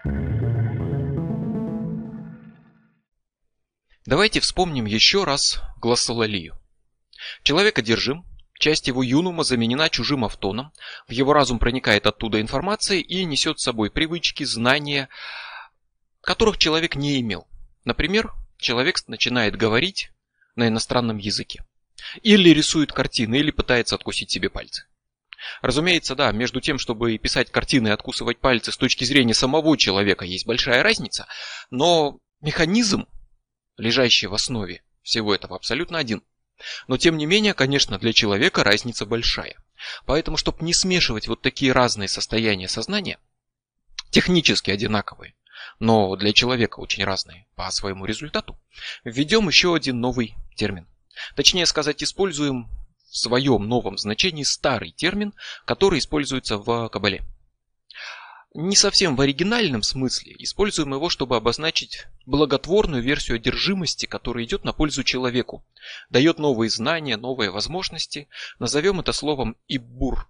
Давайте вспомним еще раз глоссолалию. Человек одержим, часть его юнума заменена чужим автоном, в его разум проникает оттуда информация и несет с собой привычки, знания, которых человек не имел. Например, человек начинает говорить на иностранном языке. Или рисует картины, или пытается откусить себе пальцы. Разумеется, да, между тем, чтобы писать картины и откусывать пальцы с точки зрения самого человека есть большая разница, но механизм, лежащий в основе всего этого, абсолютно один. Но тем не менее, конечно, для человека разница большая. Поэтому, чтобы не смешивать вот такие разные состояния сознания, технически одинаковые, но для человека очень разные по своему результату, введем еще один новый термин. Точнее сказать, используем в своем новом значении старый термин, который используется в Кабале. Не совсем в оригинальном смысле, используем его, чтобы обозначить благотворную версию одержимости, которая идет на пользу человеку, дает новые знания, новые возможности. Назовем это словом иббур.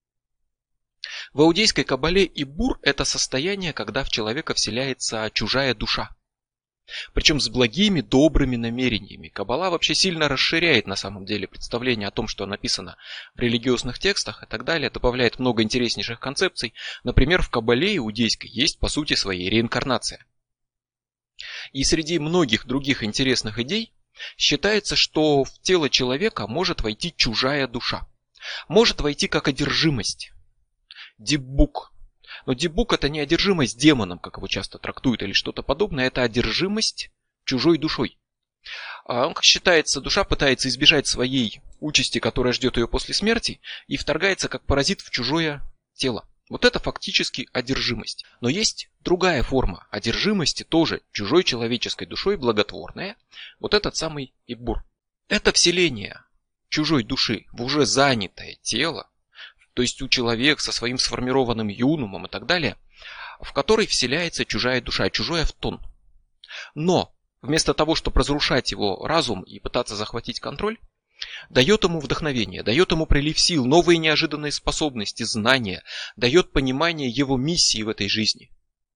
В иудейской кабале иббур – это состояние, когда в человека вселяется чужая душа. Причем с благими, добрыми намерениями. Кабала вообще сильно расширяет на самом деле представление о том, что написано в религиозных текстах и так далее. Добавляет много интереснейших концепций. Например, в кабале иудейской есть по сути своей реинкарнация. И среди многих других интересных идей считается, что в тело человека может войти чужая душа. Может войти как одержимость. Диббук. Но диббук — это не одержимость демоном, как его часто трактуют, или что-то подобное, это одержимость чужой душой. Как считается, душа пытается избежать своей участи, которая ждет ее после смерти, и вторгается как паразит в чужое тело. Вот это фактически одержимость. Но есть другая форма одержимости, тоже чужой человеческой душой, благотворная. Вот этот самый иббур. Это вселение чужой души в уже занятое тело, то есть у человека со своим сформированным юнумом и так далее, в который вселяется чужая душа, чужой автон. Но вместо того, чтобы разрушать его разум и пытаться захватить контроль, дает ему вдохновение, дает ему прилив сил, новые неожиданные способности, знания, дает понимание его миссии в этой жизни.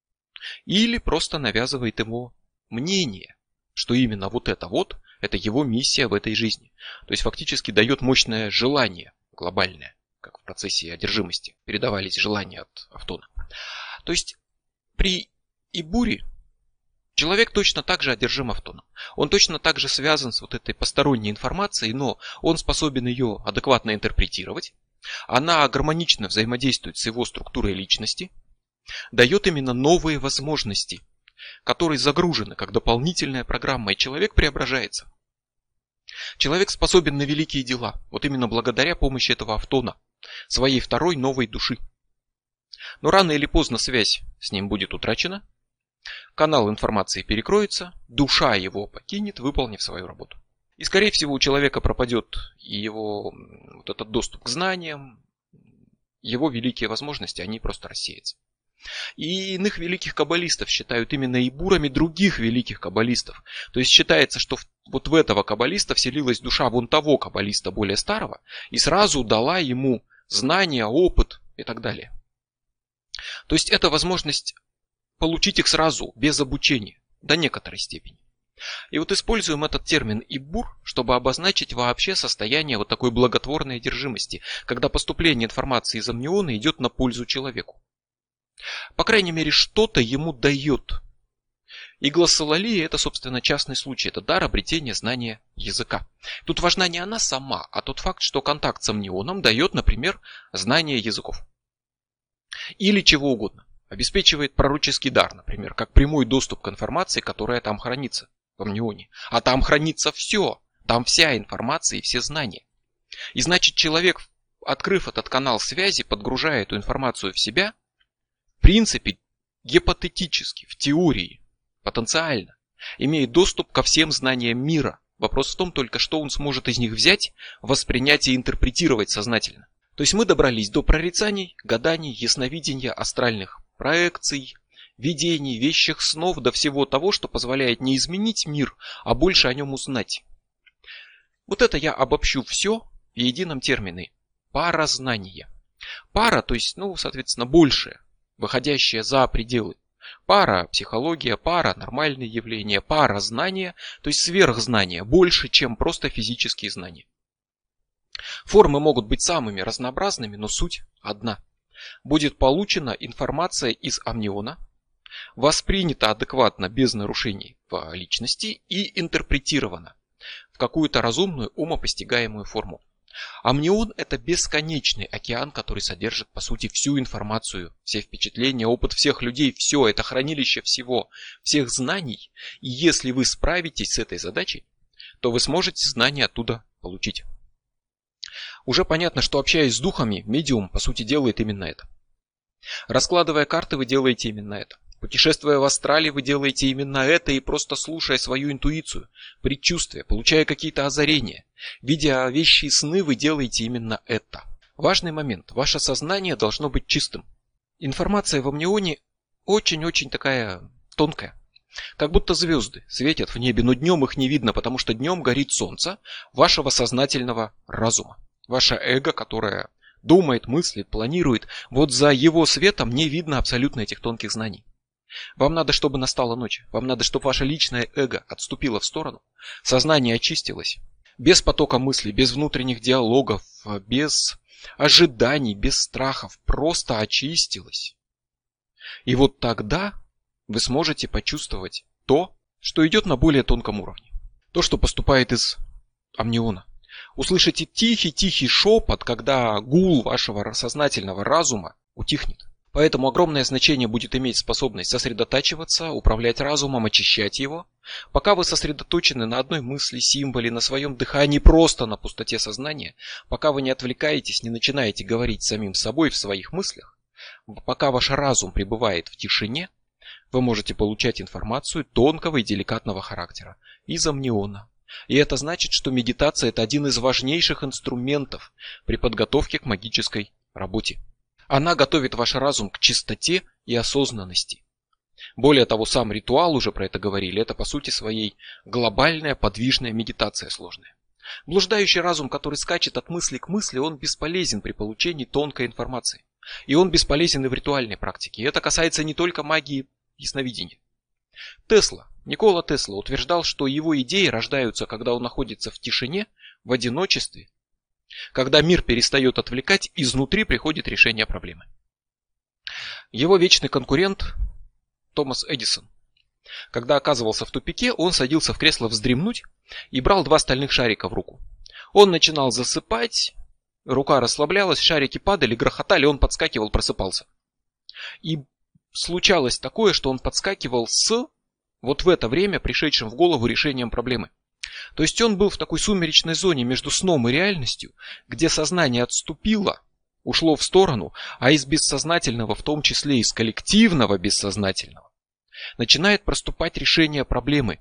Или просто навязывает ему мнение, что именно вот это его миссия в этой жизни. То есть фактически дает мощное желание глобальное, как в процессе одержимости передавались желания от автона. То есть при иббуре человек точно так же одержим автоном. Он точно так же связан с вот этой посторонней информацией, но он способен ее адекватно интерпретировать. Она гармонично взаимодействует с его структурой личности, дает именно новые возможности, которые загружены как дополнительная программа, и человек преображается. Человек способен на великие дела, вот именно благодаря помощи этого автона, своей второй новой души. Но рано или поздно связь с ним будет утрачена, канал информации перекроется, душа его покинет, выполнив свою работу. И скорее всего у человека пропадет и его вот этот доступ к знаниям, его великие возможности, они просто рассеются. И иных великих каббалистов считают именно иббурами других великих каббалистов. То есть считается, что вот в этого каббалиста вселилась душа вон того каббалиста более старого и сразу дала ему знания, опыт и так далее. То есть это возможность получить их сразу, без обучения, до некоторой степени. И вот используем этот термин иббур, чтобы обозначить вообще состояние вот такой благотворной одержимости, когда поступление информации из амниона идет на пользу человеку. По крайней мере, что-то ему дает. И глоссолалия — это, собственно, частный случай. Это дар обретения знания языка. Тут важна не она сама, а тот факт, что контакт с амнионом дает, например, знание языков. Или чего угодно. Обеспечивает пророческий дар, например, как прямой доступ к информации, которая там хранится в амнионе. А там хранится все. Там вся информация и все знания. И значит, человек, открыв этот канал связи, подгружая эту информацию в себя, в принципе, гипотетически, в теории, потенциально, имеет доступ ко всем знаниям мира. Вопрос в том только, что он сможет из них взять, воспринять и интерпретировать сознательно. То есть мы добрались до прорицаний, гаданий, ясновидения, астральных проекций, видений, вещих снов, до всего того, что позволяет не изменить мир, а больше о нем узнать. Вот это я обобщу все в едином термине. Паразнание. Пара, то есть, соответственно, большее, выходящее за пределы Парапсихология, паранормальные явления, паразнания, то есть сверхзнания, больше, чем просто физические знания. Формы могут быть самыми разнообразными, но суть одна. Будет получена информация из амниона, воспринята адекватно без нарушений в личности и интерпретирована в какую-то разумную умопостигаемую форму. Амнион – это бесконечный океан, который содержит по сути всю информацию, все впечатления, опыт всех людей, все это хранилище всего, всех знаний. И если вы справитесь с этой задачей, то вы сможете знания оттуда получить. Уже понятно, что общаясь с духами, медиум по сути делает именно это. Раскладывая карты, вы делаете именно это. Путешествуя в астрале, вы делаете именно это, и просто слушая свою интуицию, предчувствия, получая какие-то озарения, видя вещи и сны, вы делаете именно это. Важный момент. Ваше сознание должно быть чистым. Информация в амнионе очень-очень такая тонкая. Как будто звезды светят в небе, но днем их не видно, потому что днем горит солнце вашего сознательного разума. Ваше эго, которое думает, мыслит, планирует, вот за его светом не видно абсолютно этих тонких знаний. Вам надо, чтобы настала ночь. Вам надо, чтобы ваше личное эго отступило в сторону. Сознание очистилось. Без потока мыслей, без внутренних диалогов, без ожиданий, без страхов. Просто очистилось. И вот тогда вы сможете почувствовать то, что идет на более тонком уровне. То, что поступает из амниона. Услышите тихий-тихий шепот, когда гул вашего сознательного разума утихнет. Поэтому огромное значение будет иметь способность сосредотачиваться, управлять разумом, очищать его. Пока вы сосредоточены на одной мысли, символе, на своем дыхании, просто на пустоте сознания, пока вы не отвлекаетесь, не начинаете говорить самим собой в своих мыслях, пока ваш разум пребывает в тишине, вы можете получать информацию тонкого и деликатного характера из амниона. И это значит, что медитация – это один из важнейших инструментов при подготовке к магической работе. Она готовит ваш разум к чистоте и осознанности. Более того, сам ритуал, уже про это говорили, это по сути своей глобальная подвижная медитация сложная. Блуждающий разум, который скачет от мысли к мысли, он бесполезен при получении тонкой информации. И он бесполезен и в ритуальной практике. И это касается не только магии ясновидения. Никола Тесла утверждал, что его идеи рождаются, когда он находится в тишине, в одиночестве. Когда мир перестает отвлекать, изнутри приходит решение проблемы. Его вечный конкурент Томас Эдисон. Когда оказывался в тупике, он садился в кресло вздремнуть и брал 2 стальных шарика в руку. Он начинал засыпать, рука расслаблялась, шарики падали, грохотали, он подскакивал, просыпался. И случалось такое, что он подскакивал с вот в это время пришедшим в голову решением проблемы. То есть он был в такой сумеречной зоне между сном и реальностью, где сознание отступило, ушло в сторону, а из бессознательного, в том числе из коллективного бессознательного, начинает проступать решение проблемы.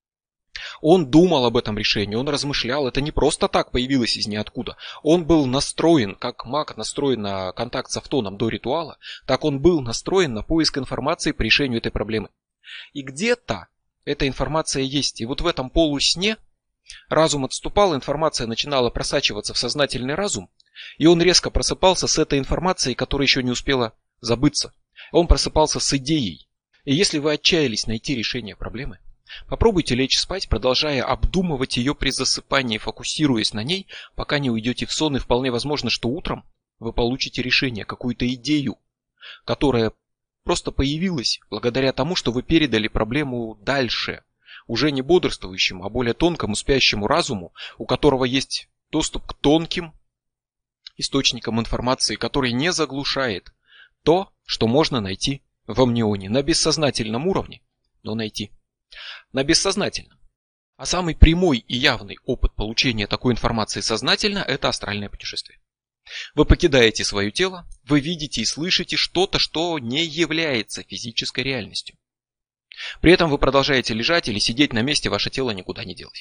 Он думал об этом решении, он размышлял, это не просто так появилось из ниоткуда. Он был настроен, как маг настроен на контакт с автоном до ритуала, так он был настроен на поиск информации по решению этой проблемы. И где-то эта информация есть. И вот в этом полусне разум отступал, информация начинала просачиваться в сознательный разум, и он резко просыпался с этой информацией, которая еще не успела забыться. Он просыпался с идеей. И если вы отчаялись найти решение проблемы, попробуйте лечь спать, продолжая обдумывать ее при засыпании, фокусируясь на ней, пока не уйдете в сон, и вполне возможно, что утром вы получите решение, какую-то идею, которая просто появилась благодаря тому, что вы передали проблему дальше, уже не бодрствующему, а более тонкому спящему разуму, у которого есть доступ к тонким источникам информации, который не заглушает то, что можно найти в амнионе на бессознательном уровне, но найти на бессознательном. А самый прямой и явный опыт получения такой информации сознательно – это астральное путешествие. Вы покидаете свое тело, вы видите и слышите что-то, что не является физической реальностью. При этом вы продолжаете лежать или сидеть на месте, ваше тело никуда не делось.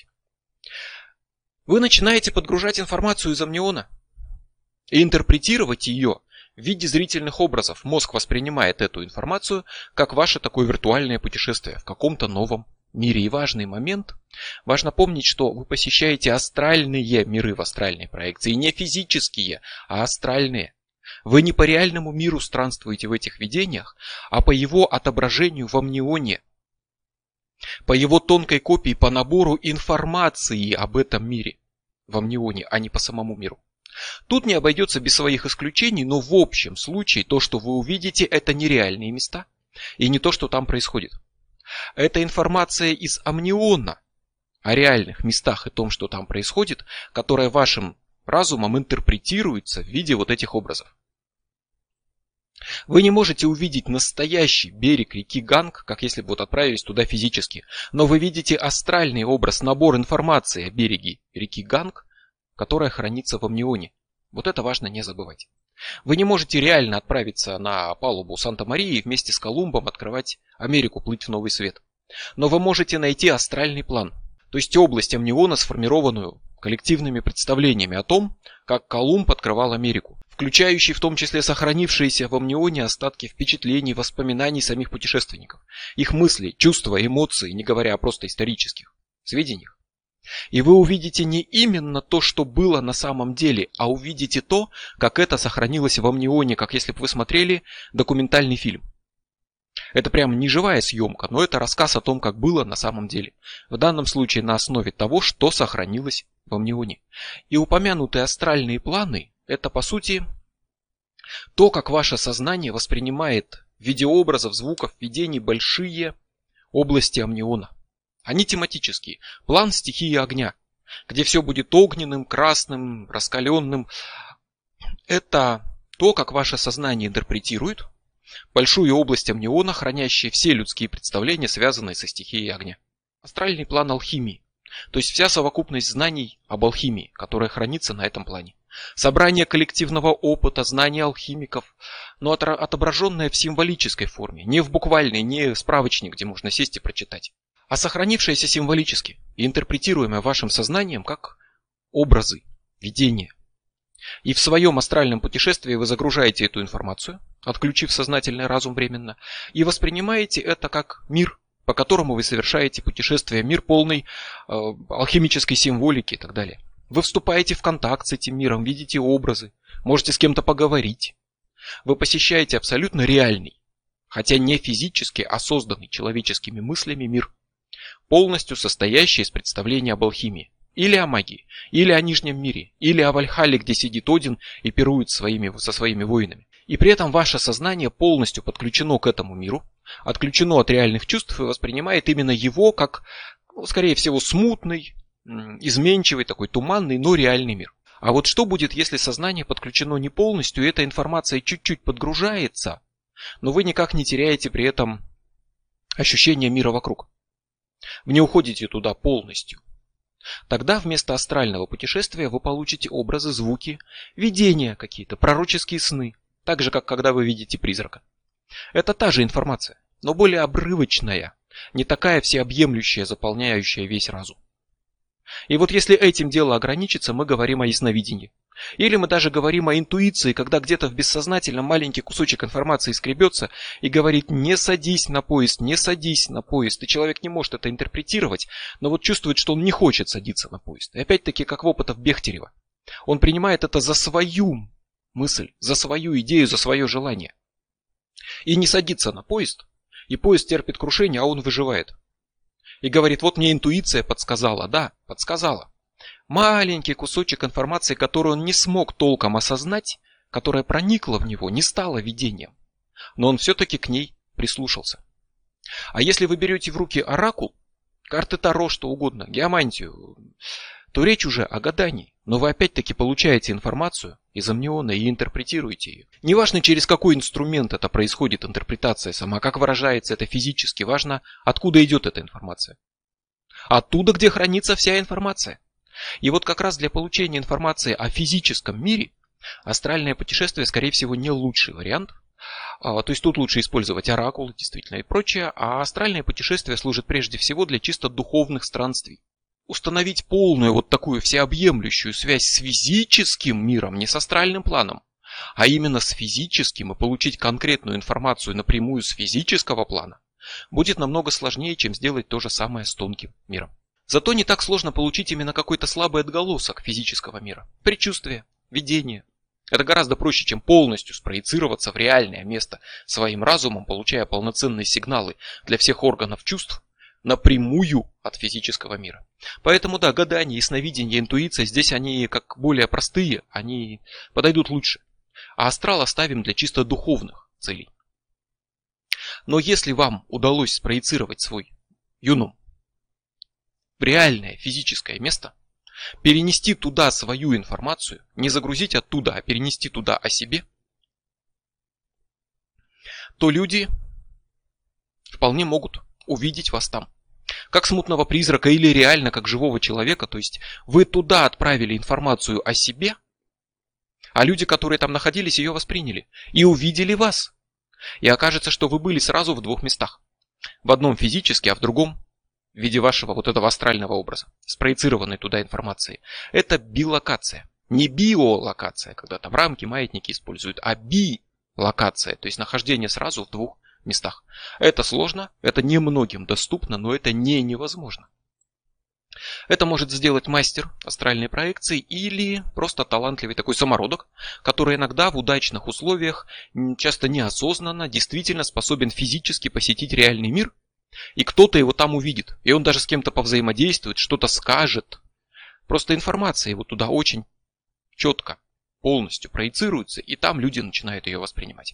Вы начинаете подгружать информацию из амниона и интерпретировать ее в виде зрительных образов. Мозг воспринимает эту информацию как ваше такое виртуальное путешествие в каком-то новом мире. И важный момент, важно помнить, что вы посещаете астральные миры в астральной проекции, не физические, а астральные. Вы не по реальному миру странствуете в этих видениях, а по его отображению в амнионе, по его тонкой копии, по набору информации об этом мире в амнионе, а не по самому миру. Тут не обойдется без своих исключений, но в общем случае то, что вы увидите, это нереальные места и не то, что там происходит. Это информация из амниона о реальных местах и том, что там происходит, которая вашим разумом интерпретируется в виде вот этих образов. Вы не можете увидеть настоящий берег реки Ганг, как если бы вот отправились туда физически, но вы видите астральный образ, набор информации о береге реки Ганг, которая хранится в амнионе. Вот это важно не забывать. Вы не можете реально отправиться на палубу Санта-Марии и вместе с Колумбом открывать Америку, плыть в новый свет. Но вы можете найти астральный план, то есть область амниона, сформированную коллективными представлениями о том, как Колумб открывал Америку, включающий в том числе сохранившиеся в амнионе остатки впечатлений, воспоминаний самих путешественников, их мыслей, чувства, эмоций, не говоря о просто исторических сведениях. И вы увидите не именно то, что было на самом деле, а увидите то, как это сохранилось в амнионе, как если бы вы смотрели документальный фильм. Это прямо не живая съемка, но это рассказ о том, как было на самом деле. В данном случае на основе того, что сохранилось в амнионе. И упомянутые астральные планы – это по сути то, как ваше сознание воспринимает в виде образов, звуков, видений большие области амниона. Они тематические. План стихии огня, где все будет огненным, красным, раскаленным. Это то, как ваше сознание интерпретирует большую область амниона, хранящую все людские представления, связанные со стихией огня. Астральный план алхимии, то есть вся совокупность знаний об алхимии, которая хранится на этом плане. Собрание коллективного опыта, знаний алхимиков, но отображенное в символической форме, не в буквальной, не в справочник, где можно сесть и прочитать, а сохранившееся символически и интерпретируемое вашим сознанием как образы, видения. И в своем астральном путешествии вы загружаете эту информацию, отключив сознательный разум временно, и воспринимаете это как мир, по которому вы совершаете путешествие, мир полный алхимической символики и так далее. Вы вступаете в контакт с этим миром, видите образы, можете с кем-то поговорить. Вы посещаете абсолютно реальный, хотя не физически, а созданный человеческими мыслями мир, полностью состоящий из представления об алхимии, или о магии, или о Нижнем мире, или о Вальхалле, где сидит Один и пирует со своими воинами. И при этом ваше сознание полностью подключено к этому миру, отключено от реальных чувств и воспринимает именно его как, скорее всего, смутный, изменчивый, такой туманный, но реальный мир. А вот что будет, если сознание подключено не полностью, и эта информация чуть-чуть подгружается, но вы никак не теряете при этом ощущение мира вокруг? Вы не уходите туда полностью. Тогда вместо астрального путешествия вы получите образы, звуки, видения какие-то, пророческие сны, так же, как когда вы видите призрака. Это та же информация, но более обрывочная, не такая всеобъемлющая, заполняющая весь разум. И вот если этим дело ограничится, мы говорим о ясновидении. Или мы даже говорим о интуиции, когда где-то в бессознательном маленький кусочек информации скребется и говорит: не садись на поезд, не садись на поезд. И человек не может это интерпретировать, но вот чувствует, что он не хочет садиться на поезд. И опять-таки, как в опытах Бехтерева. Он принимает это за свою мысль, за свою идею, за свое желание. И не садится на поезд, и поезд терпит крушение, а он выживает. И говорит: вот мне интуиция подсказала. Да, подсказала. Маленький кусочек информации, который он не смог толком осознать, которая проникла в него, не стала видением. Но он все-таки к ней прислушался. А если вы берете в руки оракул, карты Таро, что угодно, геомантию, то речь уже о гадании. Но вы опять-таки получаете информацию из амниона и интерпретируете ее. Неважно, через какой инструмент это происходит, интерпретация сама, как выражается это физически, важно, откуда идет эта информация. Оттуда, где хранится вся информация. И вот как раз для получения информации о физическом мире астральное путешествие, скорее всего, не лучший вариант. То есть тут лучше использовать оракулы, действительно, и прочее. А астральное путешествие служит прежде всего для чисто духовных странствий. Установить полную вот такую всеобъемлющую связь с физическим миром, не с астральным планом, а именно с физическим, и получить конкретную информацию напрямую с физического плана, будет намного сложнее, чем сделать то же самое с тонким миром. Зато не так сложно получить именно какой-то слабый отголосок физического мира. Предчувствие, видение. Это гораздо проще, чем полностью спроецироваться в реальное место своим разумом, получая полноценные сигналы для всех органов чувств напрямую от физического мира. Поэтому да, гадание, ясновидение, интуиция, здесь они как более простые, они подойдут лучше. А астрал оставим для чисто духовных целей. Но если вам удалось спроецировать свой юнум в реальное физическое место, перенести туда свою информацию, не загрузить оттуда, а перенести туда о себе, то люди вполне могут увидеть вас там. Как смутного призрака или реально как живого человека. То есть вы туда отправили информацию о себе, а люди, которые там находились, ее восприняли и увидели вас. И окажется, что вы были сразу в двух местах. В одном физически, а в другом в виде вашего вот этого астрального образа, спроецированной туда информации. Это билокация. Не биолокация, когда там рамки, маятники используют, а билокация, то есть нахождение сразу в двух местах. Это сложно, это немногим доступно, но это не невозможно. Это может сделать мастер астральной проекции или просто талантливый такой самородок, который иногда в удачных условиях, часто неосознанно, действительно способен физически посетить реальный мир, и кто-то его там увидит, и он даже с кем-то повзаимодействует, что-то скажет. Просто информация его туда очень четко, полностью проецируется, и там люди начинают ее воспринимать.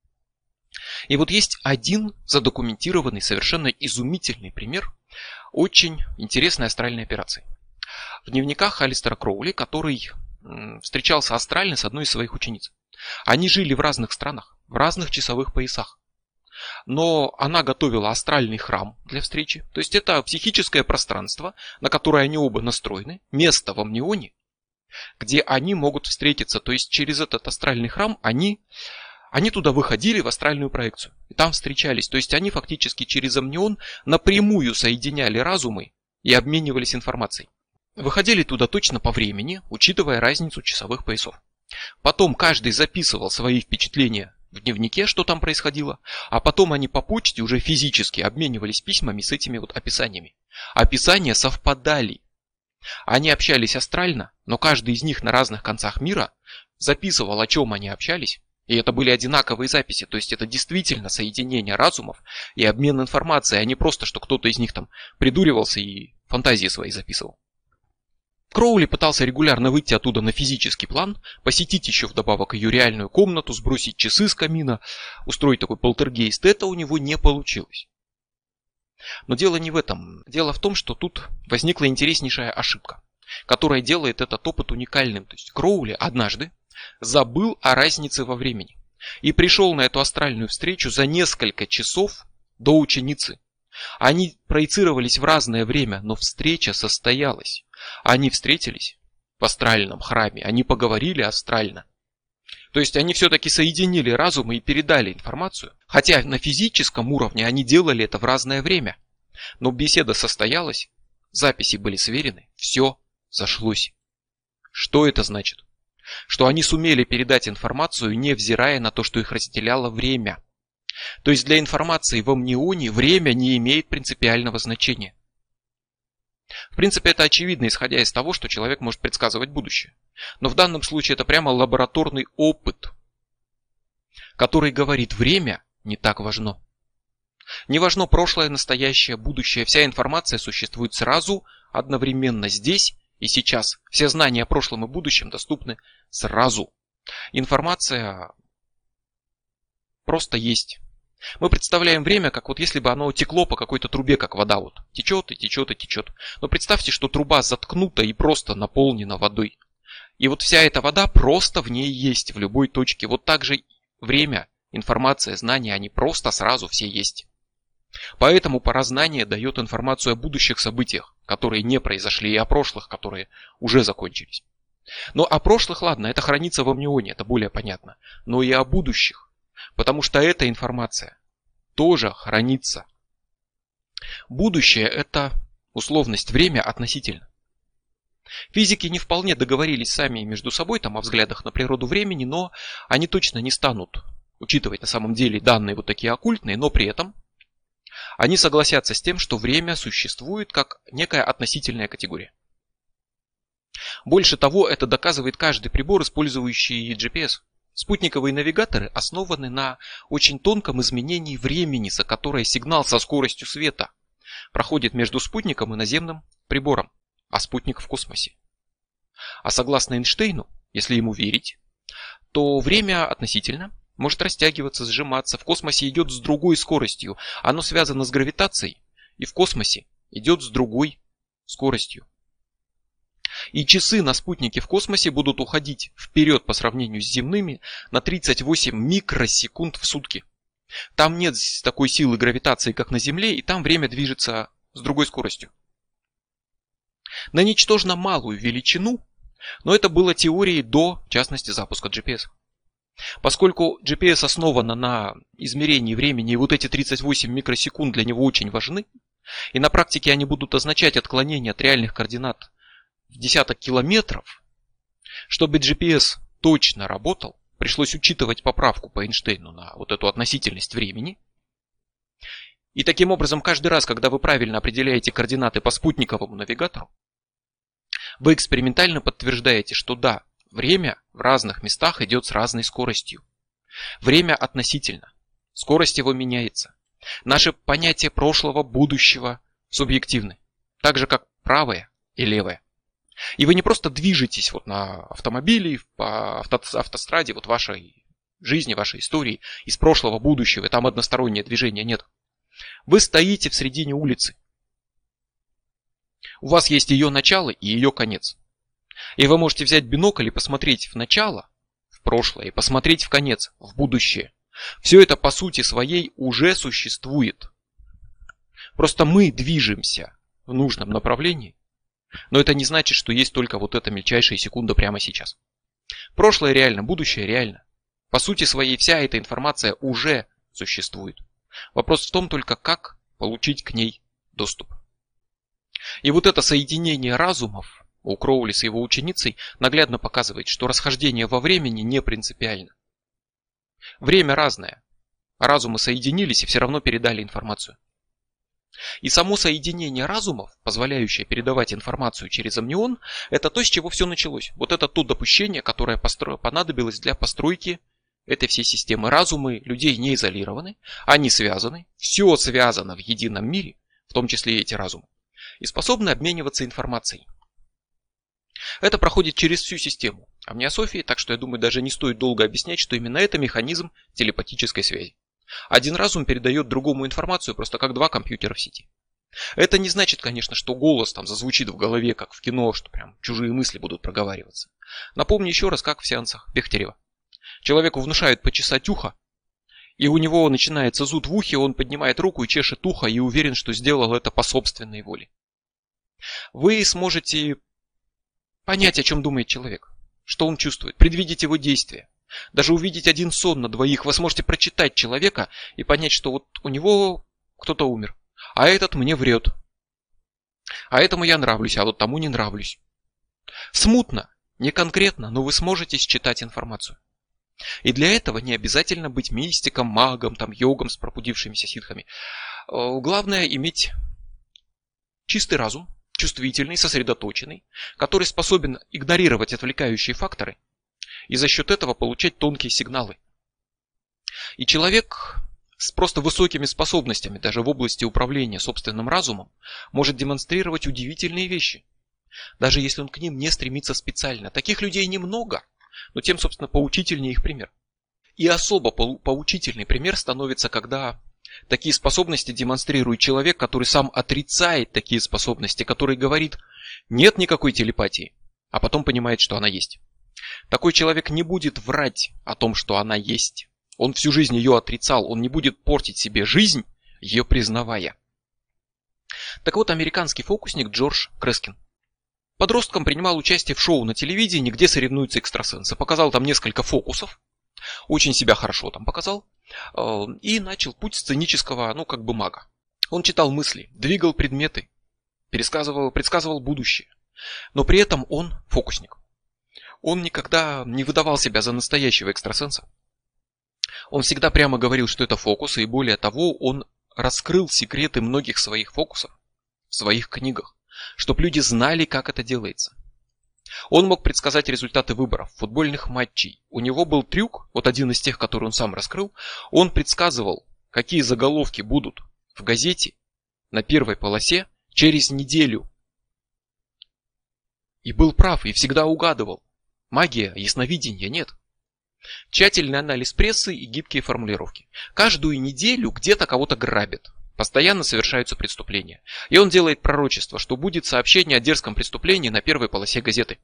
И вот есть один задокументированный, совершенно изумительный пример очень интересной астральной операции. В дневниках Алистера Кроули, который встречался астрально с одной из своих учениц. Они жили в разных странах, в разных часовых поясах. Но она готовила астральный храм для встречи. То есть это психическое пространство, на которое они оба настроены, место в амнионе, где они могут встретиться. То есть через этот астральный храм они туда выходили в астральную проекцию. И там встречались. То есть они фактически через амнион напрямую соединяли разумы и обменивались информацией. Выходили туда точно по времени, учитывая разницу часовых поясов. Потом каждый записывал свои впечатления в дневнике, что там происходило, а потом они по почте уже физически обменивались письмами с этими вот описаниями. Описания совпадали. Они общались астрально, но каждый из них на разных концах мира записывал, о чем они общались, и это были одинаковые записи, то есть это действительно соединение разумов и обмен информацией, а не просто, что кто-то из них там придуривался и фантазии свои записывал. Кроули пытался регулярно выйти оттуда на физический план, посетить еще вдобавок ее реальную комнату, сбросить часы с камина, устроить такой полтергейст. Это у него не получилось. Но дело не в этом. Дело в том, что тут возникла интереснейшая ошибка, которая делает этот опыт уникальным. То есть Кроули однажды забыл о разнице во времени и пришел на эту астральную встречу за несколько часов до ученицы. Они проецировались в разное время, но встреча состоялась. Они встретились в астральном храме, они поговорили астрально. То есть они все-таки соединили разумы и передали информацию. Хотя на физическом уровне они делали это в разное время. Но беседа состоялась, записи были сверены, все сошлось. Что это значит? Что они сумели передать информацию, невзирая на то, что их разделяло время. То есть для информации в амнионе время не имеет принципиального значения. В принципе, это очевидно, исходя из того, что человек может предсказывать будущее. Но в данном случае это прямо лабораторный опыт, который говорит, время не так важно. Не важно прошлое, настоящее, будущее. Вся информация существует сразу, одновременно здесь и сейчас. Все знания о прошлом и будущем доступны сразу. Информация просто есть. Мы представляем время, как вот если бы оно текло по какой-то трубе, как вода вот. Течет и течет и течет. Но представьте, что труба заткнута и просто наполнена водой. И вот вся эта вода просто в ней есть, в любой точке. Вот так же время, информация, знания, они просто сразу все есть. Поэтому паразнание дает информацию о будущих событиях, которые не произошли, и о прошлых, которые уже закончились. Но о прошлых, ладно, это хранится в амнионе, это более понятно. Но и о будущих. Потому что эта информация тоже хранится. Будущее – это условность, время относительно. Физики не вполне договорились сами между собой там, о взглядах на природу времени, но они точно не станут учитывать на самом деле данные вот такие оккультные, но при этом они согласятся с тем, что время существует как некая относительная категория. Больше того, это доказывает каждый прибор, использующий GPS. Спутниковые навигаторы основаны на очень тонком изменении времени, за которое сигнал со скоростью света проходит между спутником и наземным прибором, а спутник в космосе. А согласно Эйнштейну, если ему верить, то время относительно может растягиваться, сжиматься, в космосе идет с другой скоростью, оно связано с гравитацией, и в космосе идет с другой скоростью. И часы на спутнике в космосе будут уходить вперед по сравнению с земными на 38 микросекунд в сутки. Там нет такой силы гравитации, как на Земле, и там время движется с другой скоростью. На ничтожно малую величину, но это было теорией до, в частности, запуска GPS. Поскольку GPS основана на измерении времени, и вот эти 38 микросекунд для него очень важны, и на практике они будут означать отклонение от реальных координат в десяток километров, чтобы GPS точно работал, пришлось учитывать поправку по Эйнштейну на вот эту относительность времени. И таким образом, каждый раз, когда вы правильно определяете координаты по спутниковому навигатору, вы экспериментально подтверждаете, что да, время в разных местах идет с разной скоростью. Время относительно. Скорость его меняется. Наши понятия прошлого, будущего субъективны. Так же, как правое и левое. И вы не просто движетесь вот на автомобиле, по автостраде вот вашей жизни, вашей истории, из прошлого, будущего, и там одностороннее движение нет. Вы стоите в середине улицы. У вас есть ее начало и ее конец. И вы можете взять бинокль и посмотреть в начало, в прошлое, и посмотреть в конец, в будущее. Все это по сути своей уже существует. Просто мы движемся в нужном направлении. Но это не значит, что есть только вот эта мельчайшая секунда прямо сейчас. Прошлое реально, будущее реально. По сути своей вся эта информация уже существует. Вопрос в том только, как получить к ней доступ. И вот это соединение разумов у Кроули с его ученицей наглядно показывает, что расхождение во времени не принципиально. Время разное, а разумы соединились и все равно передали информацию. И само соединение разумов, позволяющее передавать информацию через амнион, это то, с чего все началось. Вот это то допущение, которое понадобилось для постройки этой всей системы. Разумы людей не изолированы, они связаны, все связано в едином мире, в том числе и эти разумы, и способны обмениваться информацией. Это проходит через всю систему амниософии, так что я думаю, даже не стоит долго объяснять, что именно это механизм телепатической связи. Один разум передает другому информацию, просто как два компьютера в сети. Это не значит, конечно, что голос там зазвучит в голове, как в кино, что прям чужие мысли будут проговариваться. Напомню еще раз, как в сеансах Бехтерева. Человеку внушают почесать ухо, и у него начинается зуд в ухе, он поднимает руку и чешет ухо, и уверен, что сделал это по собственной воле. Вы сможете понять, о чем думает человек, что он чувствует, предвидеть его действия. Даже увидеть один сон на двоих, вы сможете прочитать человека и понять, что вот у него кто-то умер, а этот мне врет. А этому я нравлюсь, а вот тому не нравлюсь. Смутно, не конкретно, но вы сможете считать информацию. И для этого не обязательно быть мистиком, магом, там, йогом с пробудившимися ситхами. Главное иметь чистый разум, чувствительный, сосредоточенный, который способен игнорировать отвлекающие факторы и за счет этого получать тонкие сигналы. И человек с просто высокими способностями, даже в области управления собственным разумом, может демонстрировать удивительные вещи, даже если он к ним не стремится специально. Таких людей немного, но тем, собственно, поучительнее их пример. И особо поучительный пример становится, когда такие способности демонстрирует человек, который сам отрицает такие способности, который говорит, нет никакой телепатии, а потом понимает, что она есть. Такой человек не будет врать о том, что она есть. Он всю жизнь ее отрицал, он не будет портить себе жизнь, ее признавая. Так вот, американский фокусник Джордж Крескин подростком принимал участие в шоу на телевидении, где соревнуются экстрасенсы. Показал там несколько фокусов, очень себя хорошо там показал, и начал путь сценического, мага. Он читал мысли, двигал предметы, предсказывал будущее, но при этом он фокусник. Он никогда не выдавал себя за настоящего экстрасенса. Он всегда прямо говорил, что это фокусы, и более того, он раскрыл секреты многих своих фокусов в своих книгах, чтобы люди знали, как это делается. Он мог предсказать результаты выборов, футбольных матчей. У него был трюк, вот один из тех, который он сам раскрыл. Он предсказывал, какие заголовки будут в газете на первой полосе через неделю. И был прав, и всегда угадывал. Магия, ясновидения нет. Тщательный анализ прессы и гибкие формулировки. Каждую неделю где-то кого-то грабят. Постоянно совершаются преступления. И он делает пророчество, что будет сообщение о дерзком преступлении на первой полосе газеты.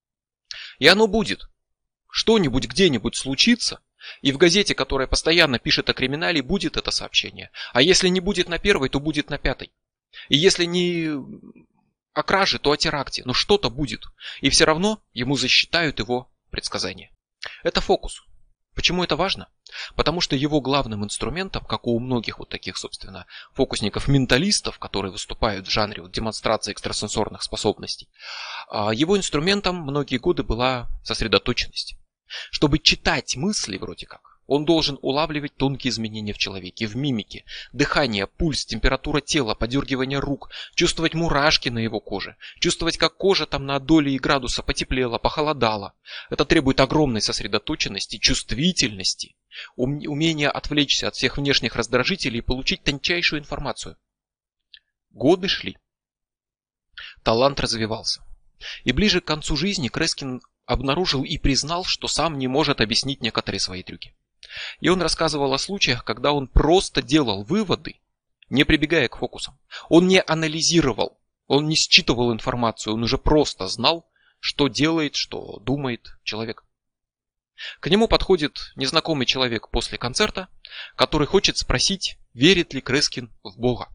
И оно будет. Что-нибудь где-нибудь случится, и в газете, которая постоянно пишет о криминале, будет это сообщение. А если не будет на первой, то будет на пятой. И если не о краже, то о теракте. Но что-то будет. И все равно ему засчитают его предсказания. Это фокус. Почему это важно? Потому что его главным инструментом, как у многих вот таких, собственно, фокусников-менталистов, которые выступают в жанре вот демонстрации экстрасенсорных способностей, его инструментом многие годы была сосредоточенность. Чтобы читать мысли вроде как, он должен улавливать тонкие изменения в человеке, в мимике, дыхание, пульс, температура тела, подергивание рук, чувствовать мурашки на его коже, чувствовать, как кожа там на доли градуса потеплела, похолодала. Это требует огромной сосредоточенности, чувствительности, умения отвлечься от всех внешних раздражителей и получить тончайшую информацию. Годы шли. Талант развивался. И ближе к концу жизни Крескин обнаружил и признал, что сам не может объяснить некоторые свои трюки. И он рассказывал о случаях, когда он просто делал выводы, не прибегая к фокусам. Он не анализировал, он не считывал информацию, он уже просто знал, что делает, что думает человек. К нему подходит незнакомый человек после концерта, который хочет спросить, верит ли Крескин в Бога.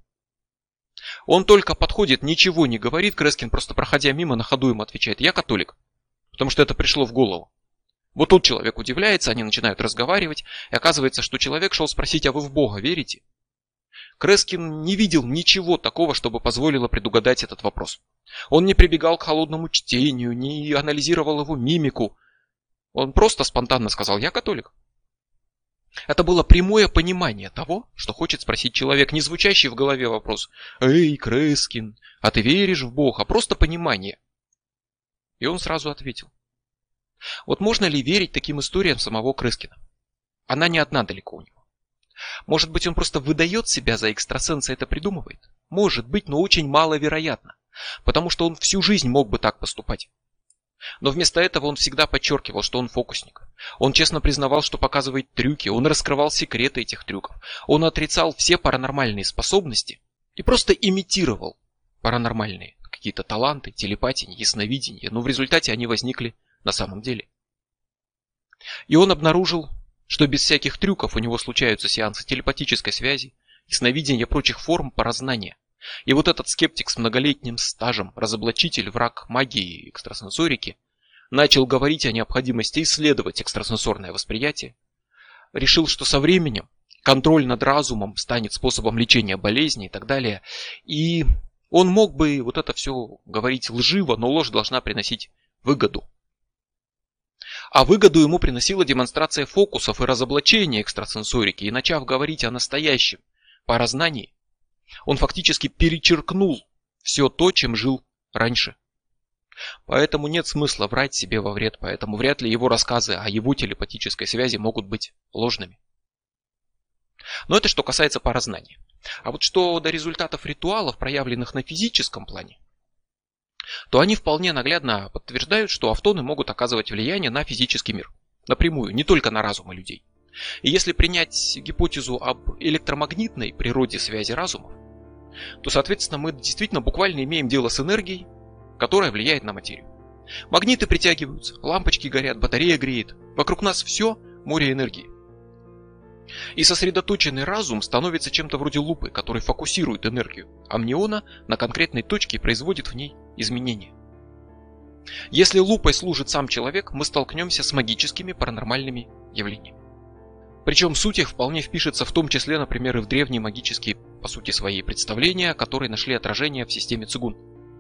Он только подходит, ничего не говорит, Крескин просто проходя мимо на ходу ему отвечает: «Я католик», потому что это пришло в голову. Вот тут человек удивляется, они начинают разговаривать, и оказывается, что человек шел спросить: а вы в Бога верите? Крескин не видел ничего такого, чтобы позволило предугадать этот вопрос. Он не прибегал к холодному чтению, не анализировал его мимику. Он просто спонтанно сказал: «Я католик». Это было прямое понимание того, что хочет спросить человек, не звучащий в голове вопрос: «Эй, Крескин, а ты веришь в Бога?» А просто понимание. И он сразу ответил. Вот можно ли верить таким историям самого Крескина? Она не одна далеко у него. Может быть, он просто выдает себя за экстрасенса и это придумывает? Может быть, но очень маловероятно. Потому что он всю жизнь мог бы так поступать. Но вместо этого он всегда подчеркивал, что он фокусник. Он честно признавал, что показывает трюки, он раскрывал секреты этих трюков. Он отрицал все паранормальные способности и просто имитировал паранормальные какие-то таланты, телепатии, ясновидение. Но в результате они возникли на самом деле. И он обнаружил, что без всяких трюков у него случаются сеансы телепатической связи, ясновидения и прочих форм поразнания. И вот этот скептик с многолетним стажем, разоблачитель, враг магии и экстрасенсорики, начал говорить о необходимости исследовать экстрасенсорное восприятие, решил, что со временем контроль над разумом станет способом лечения болезней и так далее. И он мог бы вот это все говорить лживо, но ложь должна приносить выгоду. А выгоду ему приносила демонстрация фокусов и разоблачения экстрасенсорики. И начав говорить о настоящем поразнании, он фактически перечеркнул все то, чем жил раньше. Поэтому нет смысла врать себе во вред, поэтому вряд ли его рассказы о его телепатической связи могут быть ложными. Но это что касается поразнания. А вот что до результатов ритуалов, проявленных на физическом плане, то они вполне наглядно подтверждают, что автоны могут оказывать влияние на физический мир. Напрямую, не только на разумы людей. И если принять гипотезу об электромагнитной природе связи разумов, то, соответственно, мы действительно буквально имеем дело с энергией, которая влияет на материю. Магниты притягиваются, лампочки горят, батарея греет. Вокруг нас все море энергии. И сосредоточенный разум становится чем-то вроде лупы, который фокусирует энергию амниона на конкретной точке и производит в ней изменения. Если лупой служит сам человек, мы столкнемся с магическими паранормальными явлениями. Причем суть их вполне впишется в том числе, например, и в древние магические, по сути своей, представления, которые нашли отражение в системе цигун.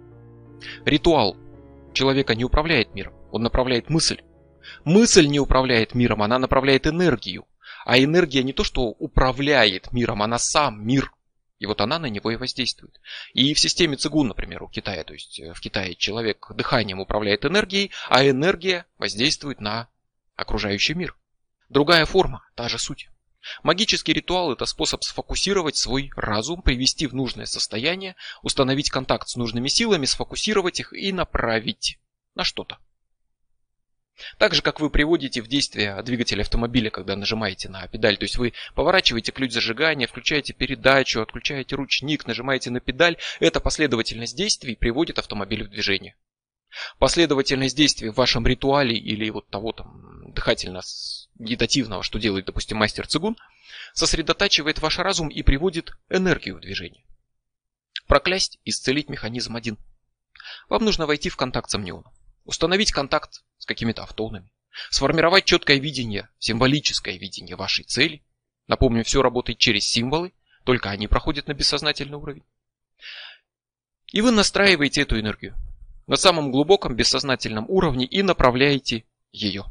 Ритуал человека не управляет миром, он направляет мысль. Мысль не управляет миром, она направляет энергию. А энергия не то, что управляет миром, она сам мир. И вот она на него и воздействует. И в системе цигун, например, у Китая, то есть в Китае человек дыханием управляет энергией, а энергия воздействует на окружающий мир. Другая форма, та же суть. Магический ритуал – это способ сфокусировать свой разум, привести в нужное состояние, установить контакт с нужными силами, сфокусировать их и направить на что-то. Так же, как вы приводите в действие двигатель автомобиля, когда нажимаете на педаль. То есть вы поворачиваете ключ зажигания, включаете передачу, отключаете ручник, нажимаете на педаль. Эта последовательность действий приводит автомобиль в движение. Последовательность действий в вашем ритуале или вот того там дыхательно-медитативного, что делает, допустим, мастер цигун, сосредотачивает ваш разум и приводит энергию в движение. Проклясть, исцелить механизм один. Вам нужно войти в контакт с амнионом, установить контакт с какими-то автонами, сформировать четкое видение, символическое видение вашей цели. Напомню, все работает через символы, только они проходят на бессознательный уровень. И вы настраиваете эту энергию на самом глубоком бессознательном уровне и направляете ее.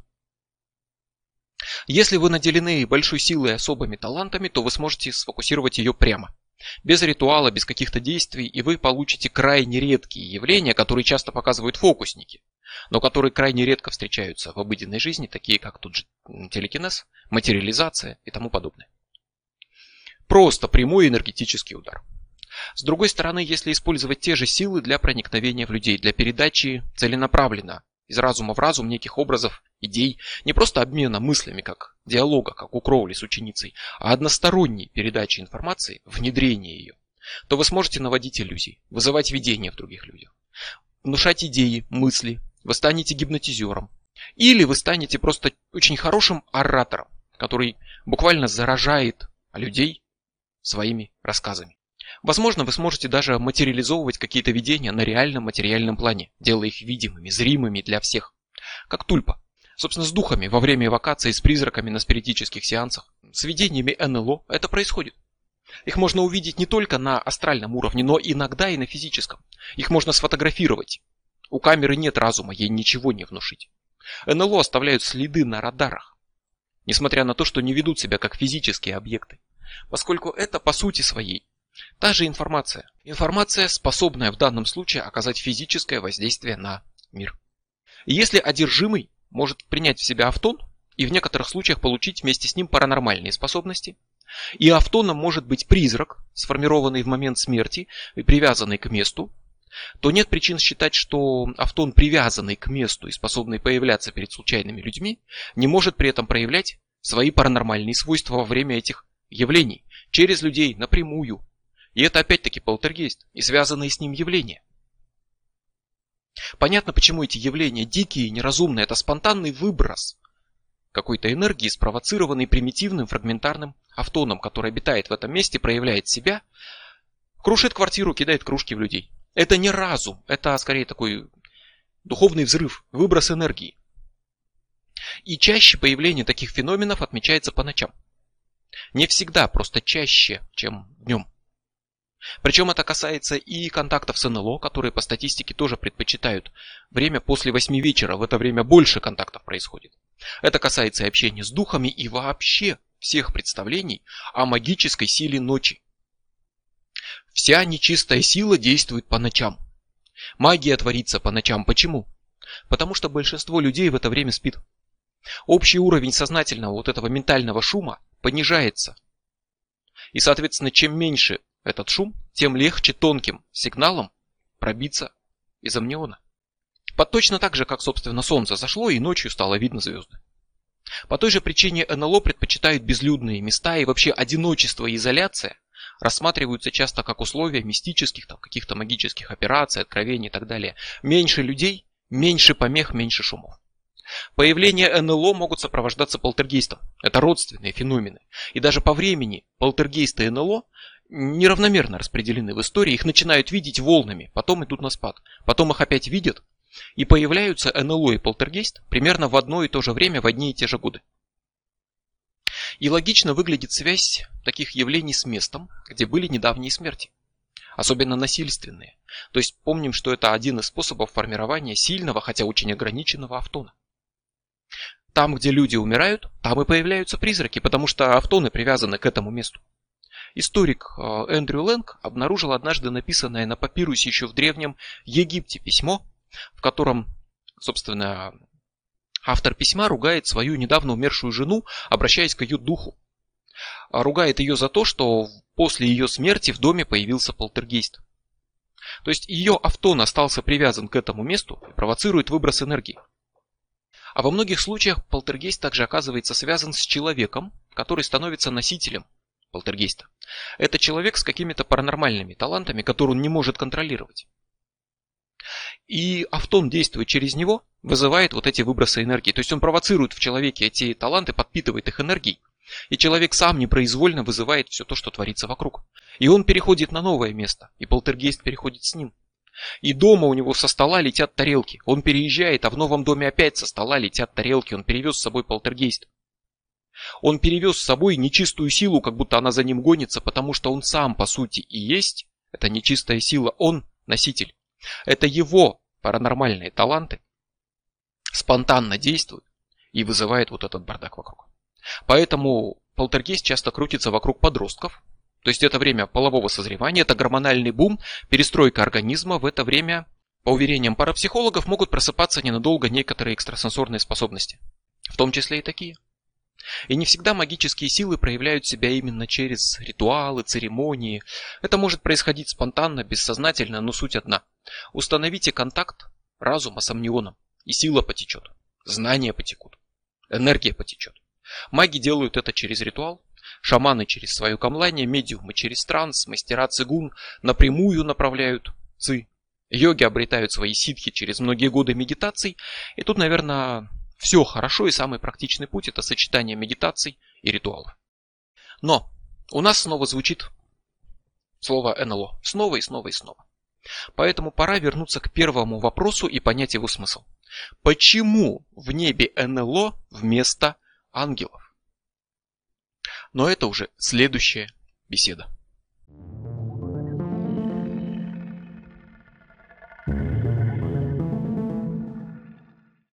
Если вы наделены большой силой и особыми талантами, то вы сможете сфокусировать ее прямо. Без ритуала, без каких-то действий, и вы получите крайне редкие явления, которые часто показывают фокусники, но которые крайне редко встречаются в обыденной жизни, такие как тот же телекинез, материализация и тому подобное. Просто прямой энергетический удар. С другой стороны, если использовать те же силы для проникновения в людей, для передачи целенаправленно из разума в разум неких образов, идей, не просто обмена мыслями, как диалога, как у Кроули с ученицей, а односторонней передачи информации, внедрения ее, то вы сможете наводить иллюзии, вызывать видения в других людях, внушать идеи, мысли, вы станете гипнотизером. Или вы станете просто очень хорошим оратором, который буквально заражает людей своими рассказами. Возможно, вы сможете даже материализовывать какие-то видения на реальном материальном плане, делая их видимыми, зримыми для всех. Как Тульпа. Собственно, с духами во время эвокации, с призраками на спиритических сеансах, с видениями НЛО это происходит. Их можно увидеть не только на астральном уровне, но иногда и на физическом. Их можно сфотографировать. У камеры нет разума, ей ничего не внушить. НЛО оставляют следы на радарах, несмотря на то, что не ведут себя как физические объекты, поскольку это по сути своей та же информация. Информация, способная в данном случае оказать физическое воздействие на мир. И если одержимый может принять в себя автон и в некоторых случаях получить вместе с ним паранормальные способности, и автоном может быть призрак, сформированный в момент смерти и привязанный к месту, то нет причин считать, что автон, привязанный к месту и способный появляться перед случайными людьми, не может при этом проявлять свои паранормальные свойства во время этих явлений, через людей напрямую. И это опять-таки полтергейст и связанные с ним явления. Понятно, почему эти явления дикие и неразумные. Это спонтанный выброс какой-то энергии, спровоцированный примитивным фрагментарным автоном, который обитает в этом месте, проявляет себя, крушит квартиру, кидает кружки в людей. Это не разум, это скорее такой духовный взрыв, выброс энергии. И чаще появление таких феноменов отмечается по ночам. Не всегда, просто чаще, чем днем. Причем это касается и контактов с НЛО, которые по статистике тоже предпочитают время после 8 вечера, в это время больше контактов происходит. Это касается и общения с духами, и вообще всех представлений о магической силе ночи. Вся нечистая сила действует по ночам. Магия творится по ночам. Почему? Потому что большинство людей в это время спит. Общий уровень сознательного вот этого ментального шума понижается. И, соответственно, чем меньше этот шум, тем легче тонким сигналом пробиться из амниона. Точно так же, как, собственно, солнце зашло и ночью стало видно звезды. По той же причине НЛО предпочитают безлюдные места, и вообще одиночество и изоляция рассматриваются часто как условия мистических, каких-то магических операций, откровений и так далее. Меньше людей, меньше помех, меньше шумов. Появление НЛО могут сопровождаться полтергейстом. Это родственные феномены. И даже по времени полтергейсты и НЛО неравномерно распределены в истории. Их начинают видеть волнами, потом идут на спад. Потом их опять видят. И появляются НЛО и полтергейст примерно в одно и то же время, в одни и те же годы. И логично выглядит связь таких явлений с местом, где были недавние смерти. Особенно насильственные. То есть помним, что это один из способов формирования сильного, хотя очень ограниченного автона. Там, где люди умирают, там и появляются призраки, потому что автоны привязаны к этому месту. Историк Эндрю Лэнг обнаружил однажды написанное на папирусе еще в Древнем Египте письмо, в котором, собственно, автор письма ругает свою недавно умершую жену, обращаясь к ее духу. Ругает ее за то, что после ее смерти в доме появился полтергейст. То есть ее автон остался привязан к этому месту и провоцирует выброс энергии. А во многих случаях полтергейст также оказывается связан с человеком, который становится носителем полтергейста. Это человек с какими-то паранормальными талантами, которые он не может контролировать. И автон, действуя через него, вызывает вот эти выбросы энергии. То есть он провоцирует в человеке эти таланты, подпитывает их энергией. И человек сам непроизвольно вызывает все то, что творится вокруг. И он переходит на новое место, и полтергейст переходит с ним. И дома у него со стола летят тарелки. Он переезжает, а в новом доме опять со стола летят тарелки. Он перевез с собой полтергейст. Он перевез с собой нечистую силу, как будто она за ним гонится, потому что он сам, по сути, и есть. Это нечистая сила, он носитель. Это его паранормальные таланты спонтанно действуют и вызывают вот этот бардак вокруг. Поэтому полтергейст часто крутится вокруг подростков. То есть это время полового созревания, это гормональный бум, перестройка организма. В это время, по уверениям парапсихологов, могут просыпаться ненадолго некоторые экстрасенсорные способности. В том числе и такие. И не всегда магические силы проявляют себя именно через ритуалы, церемонии. Это может происходить спонтанно, бессознательно, но суть одна. Установите контакт разума с амнионом, и сила потечет, знания потекут, энергия потечет. Маги делают это через ритуал, шаманы через свое камлание, медиумы через транс, мастера цигун напрямую направляют ци. Йоги обретают свои ситхи через многие годы медитаций. И тут, наверное, все хорошо, и самый практичный путь — это сочетание медитаций и ритуалов. Но у нас снова звучит слово НЛО. Снова и снова и снова. Поэтому пора вернуться к первому вопросу и понять его смысл. Почему в небе НЛО вместо ангелов? Но это уже следующая беседа.